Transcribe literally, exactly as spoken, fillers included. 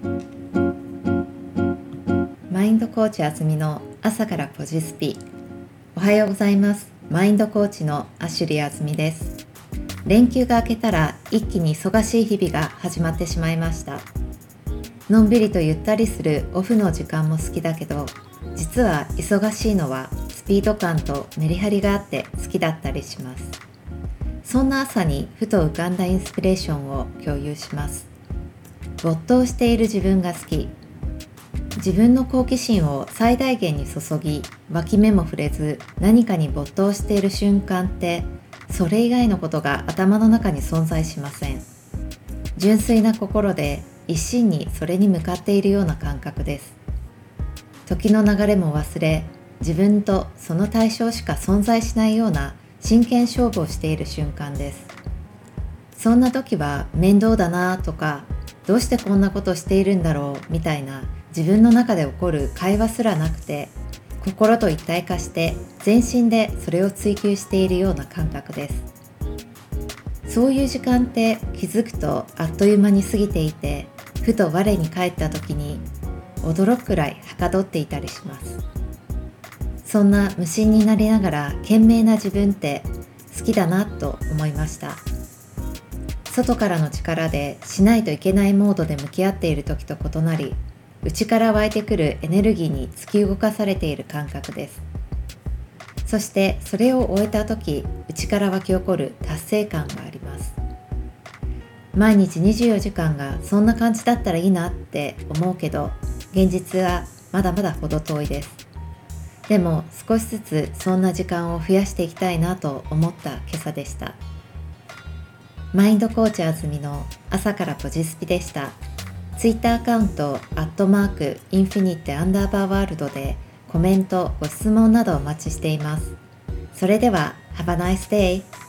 マインドコーチあずみの朝からポジスピ。おはようございます。マインドコーチのアシュリーあずみです。連休が明けたら一気に忙しい日々が始まってしまいました。のんびりとゆったりするオフの時間も好きだけど、実は忙しいのはスピード感とメリハリがあって好きだったりします。そんな朝にふと浮かんだインスピレーションを共有します。没頭している自分が好き。自分の好奇心を最大限に注ぎ、脇目も触れず何かに没頭している瞬間って、それ以外のことが頭の中に存在しません。純粋な心で一心にそれに向かっているような感覚です。時の流れも忘れ、自分とその対象しか存在しないような真剣勝負をしている瞬間です。そんな時は面倒だなとか、どうしてこんなことしているんだろうみたいな自分の中で起こる会話すらなくて、心と一体化して全身でそれを追求しているような感覚です。そういう時間って気づくとあっという間に過ぎていて、ふと我に返った時に驚くくらいはかどっていたりします。そんな無心になりながら懸命な自分って好きだなと思いました。外からの力でしないといけないモードで向き合っている時と異なり、内から湧いてくるエネルギーに突き動かされている感覚です。そしてそれを終えた時、内から湧き起こる達成感があります。毎日にじゅうよじかんがそんな感じだったらいいなって思うけど、現実はまだまだ程遠いです。でも少しずつそんな時間を増やしていきたいなと思った今朝でした。マインドコーチあずみの朝からポジスピでした。ツイッターアカウントアットマークインフィニットアンダーバーワールドでコメント、ご質問などお待ちしています。それでは Have a nice day!